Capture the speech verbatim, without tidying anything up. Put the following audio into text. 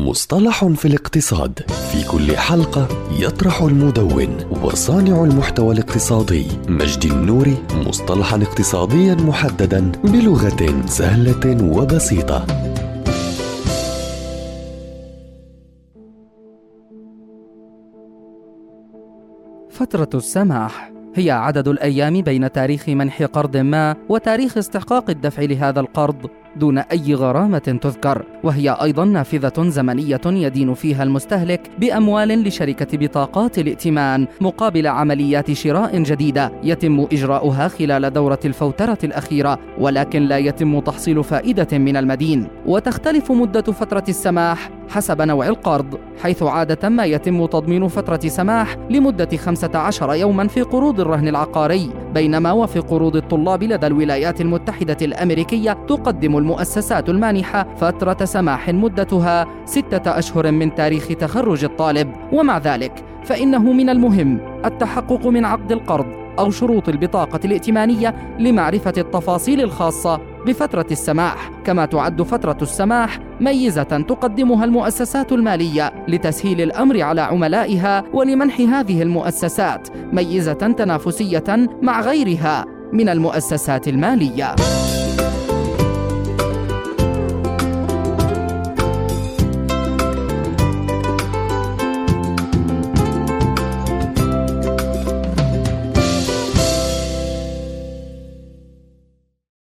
مصطلح في الاقتصاد. في كل حلقة يطرح المدون وصانع المحتوى الاقتصادي مجدي النوري مصطلحا اقتصاديا محددا بلغة سهلة وبسيطة. فترة السماح هي عدد الأيام بين تاريخ منح قرض ما وتاريخ استحقاق الدفع لهذا القرض دون أي غرامة تذكر، وهي أيضا نافذة زمنية يدين فيها المستهلك بأموال لشركة بطاقات الائتمان مقابل عمليات شراء جديدة يتم إجراؤها خلال دورة الفوترة الأخيرة، ولكن لا يتم تحصيل فائدة من المدين. وتختلف مدة فترة السماح حسب نوع القرض، حيث عادة ما يتم تضمين فترة سماح لمدة خمسة عشر يوما في قروض الرهن العقاري، بينما وفي قروض الطلاب لدى الولايات المتحدة الأمريكية تقدم المؤسسات المانحة فترة سماح مدتها ستة أشهر من تاريخ تخرج الطالب. ومع ذلك فإنه من المهم التحقق من عقد القرض أو شروط البطاقة الائتمانية لمعرفة التفاصيل الخاصة بفترة السماح. كما تعد فترة السماح ميزة تقدمها المؤسسات المالية لتسهيل الأمر على عملائها ولمنح هذه المؤسسات ميزة تنافسية مع غيرها من المؤسسات المالية.